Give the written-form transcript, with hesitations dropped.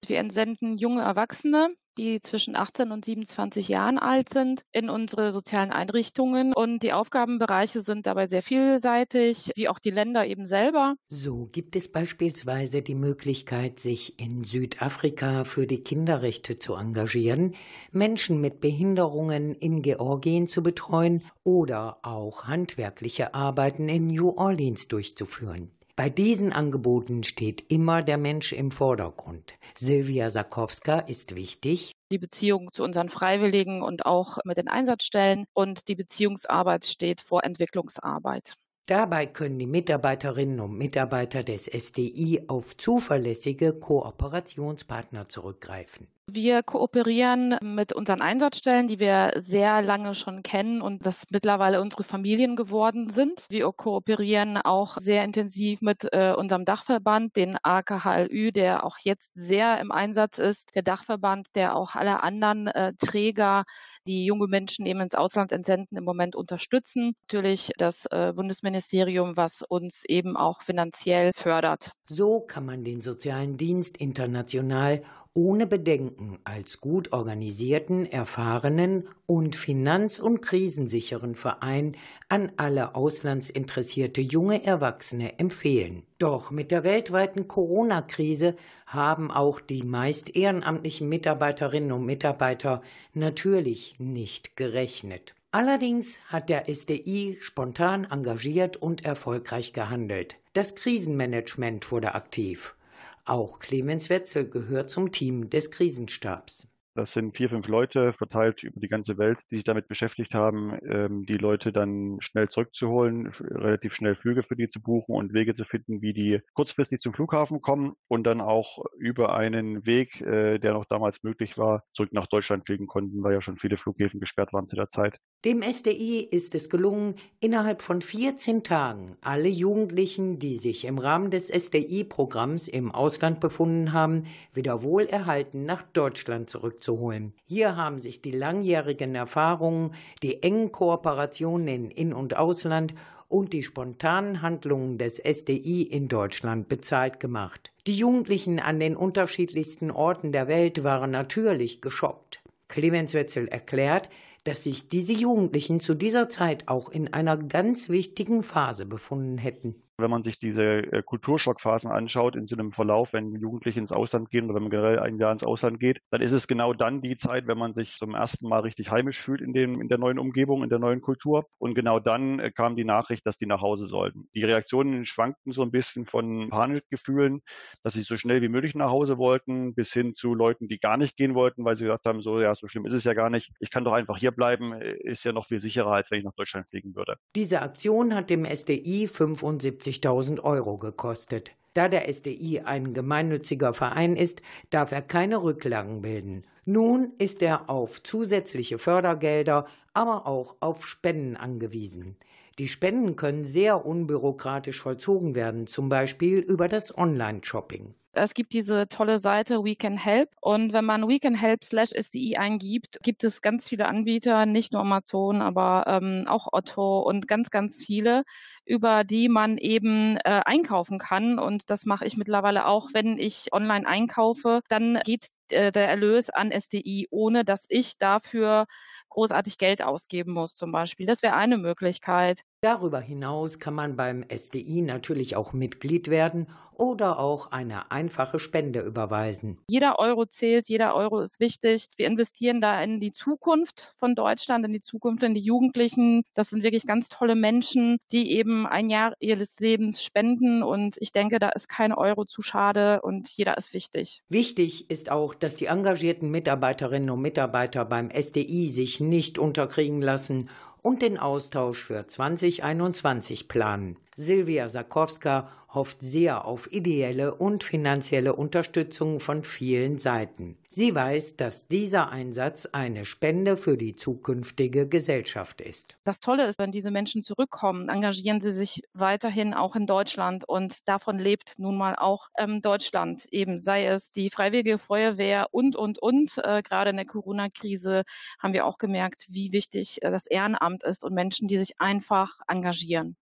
Wir entsenden junge Erwachsene, die zwischen 18 und 27 Jahren alt sind, in unsere sozialen Einrichtungen. Und die Aufgabenbereiche sind dabei sehr vielseitig, wie auch die Länder eben selber. So gibt es beispielsweise die Möglichkeit, sich in Südafrika für die Kinderrechte zu engagieren, Menschen mit Behinderungen in Georgien zu betreuen oder auch handwerkliche Arbeiten in New Orleans durchzuführen. Bei diesen Angeboten steht immer der Mensch im Vordergrund. Silvia Sakowska ist wichtig. Die Beziehung zu unseren Freiwilligen und auch mit den Einsatzstellen und die Beziehungsarbeit steht vor Entwicklungsarbeit. Dabei können die Mitarbeiterinnen und Mitarbeiter des SDI auf zuverlässige Kooperationspartner zurückgreifen. Wir kooperieren mit unseren Einsatzstellen, die wir sehr lange schon kennen und das mittlerweile unsere Familien geworden sind. Wir kooperieren auch sehr intensiv mit unserem Dachverband, den AKHLÜ, der auch jetzt sehr im Einsatz ist. Der Dachverband, der auch alle anderen Träger, die junge Menschen eben ins Ausland entsenden, im Moment unterstützen. Natürlich das Bundesministerium, was uns eben auch finanziell fördert. So kann man den sozialen Dienst international ohne Bedenken als gut organisierten, erfahrenen und finanz- und krisensicheren Verein an alle auslandsinteressierte junge Erwachsene empfehlen. Doch mit der weltweiten Corona-Krise haben auch die meist ehrenamtlichen Mitarbeiterinnen und Mitarbeiter natürlich nicht gerechnet. Allerdings hat der SDI spontan engagiert und erfolgreich gehandelt. Das Krisenmanagement wurde aktiv. Auch Clemens Wetzel gehört zum Team des Krisenstabs. Das sind 4, 5 Leute verteilt über die ganze Welt, die sich damit beschäftigt haben, die Leute dann schnell zurückzuholen, relativ schnell Flüge für die zu buchen und Wege zu finden, wie die kurzfristig zum Flughafen kommen und dann auch über einen Weg, der noch damals möglich war, zurück nach Deutschland fliegen konnten, weil ja schon viele Flughäfen gesperrt waren zu der Zeit. Dem SDI ist es gelungen, innerhalb von 14 Tagen alle Jugendlichen, die sich im Rahmen des SDI-Programms im Ausland befunden haben, wieder wohlerhalten nach Deutschland zurückzuholen. Hier haben sich die langjährigen Erfahrungen, die engen Kooperationen in In- und Ausland und die spontanen Handlungen des SDI in Deutschland bezahlt gemacht. Die Jugendlichen an den unterschiedlichsten Orten der Welt waren natürlich geschockt. Clemens Wetzel erklärt, dass sich diese Jugendlichen zu dieser Zeit auch in einer ganz wichtigen Phase befunden hätten. Wenn man sich diese Kulturschockphasen anschaut in so einem Verlauf, wenn Jugendliche ins Ausland gehen oder wenn man generell ein Jahr ins Ausland geht, dann ist es genau dann die Zeit, wenn man sich zum ersten Mal richtig heimisch fühlt in der neuen Umgebung, in der neuen Kultur. Und genau dann kam die Nachricht, dass die nach Hause sollten. Die Reaktionen schwankten so ein bisschen von Panikgefühlen, dass sie so schnell wie möglich nach Hause wollten, bis hin zu Leuten, die gar nicht gehen wollten, weil sie gesagt haben, so ja, so schlimm ist es ja gar nicht. Ich kann doch einfach hier bleiben, ist ja noch viel sicherer, als wenn ich nach Deutschland fliegen würde. Diese Aktion hat dem SDI 75.000 Euro gekostet. Da der SDI ein gemeinnütziger Verein ist, darf er keine Rücklagen bilden. Nun ist er auf zusätzliche Fördergelder, aber auch auf Spenden angewiesen. Die Spenden können sehr unbürokratisch vollzogen werden, zum Beispiel über das Online-Shopping. Es gibt diese tolle Seite We Can Help und wenn man We Can Help/SDI eingibt, gibt es ganz viele Anbieter, nicht nur Amazon, aber auch Otto und ganz, ganz viele, über die man eben einkaufen kann und das mache ich mittlerweile auch, wenn ich online einkaufe, dann geht der Erlös an SDI, ohne dass ich dafür großartig Geld ausgeben muss zum Beispiel. Das wäre eine Möglichkeit. Darüber hinaus kann man beim SDI natürlich auch Mitglied werden oder auch eine einfache Spende überweisen. Jeder Euro zählt, jeder Euro ist wichtig. Wir investieren da in die Zukunft von Deutschland, in die Zukunft, in die Jugendlichen. Das sind wirklich ganz tolle Menschen, die eben ein Jahr ihres Lebens spenden und ich denke, da ist kein Euro zu schade und jeder ist wichtig. Wichtig ist auch, dass die engagierten Mitarbeiterinnen und Mitarbeiter beim SDI sich nicht unterkriegen lassen und den Austausch für 2021 planen. Silvia Sakowska hofft sehr auf ideelle und finanzielle Unterstützung von vielen Seiten. Sie weiß, dass dieser Einsatz eine Spende für die zukünftige Gesellschaft ist. Das Tolle ist, wenn diese Menschen zurückkommen, engagieren sie sich weiterhin auch in Deutschland und davon lebt nun mal auch Deutschland eben, sei es die Freiwillige Feuerwehr und. Gerade in der Corona-Krise haben wir auch gemerkt, wie wichtig das Ehrenamt ist und Menschen, die sich einfach engagieren.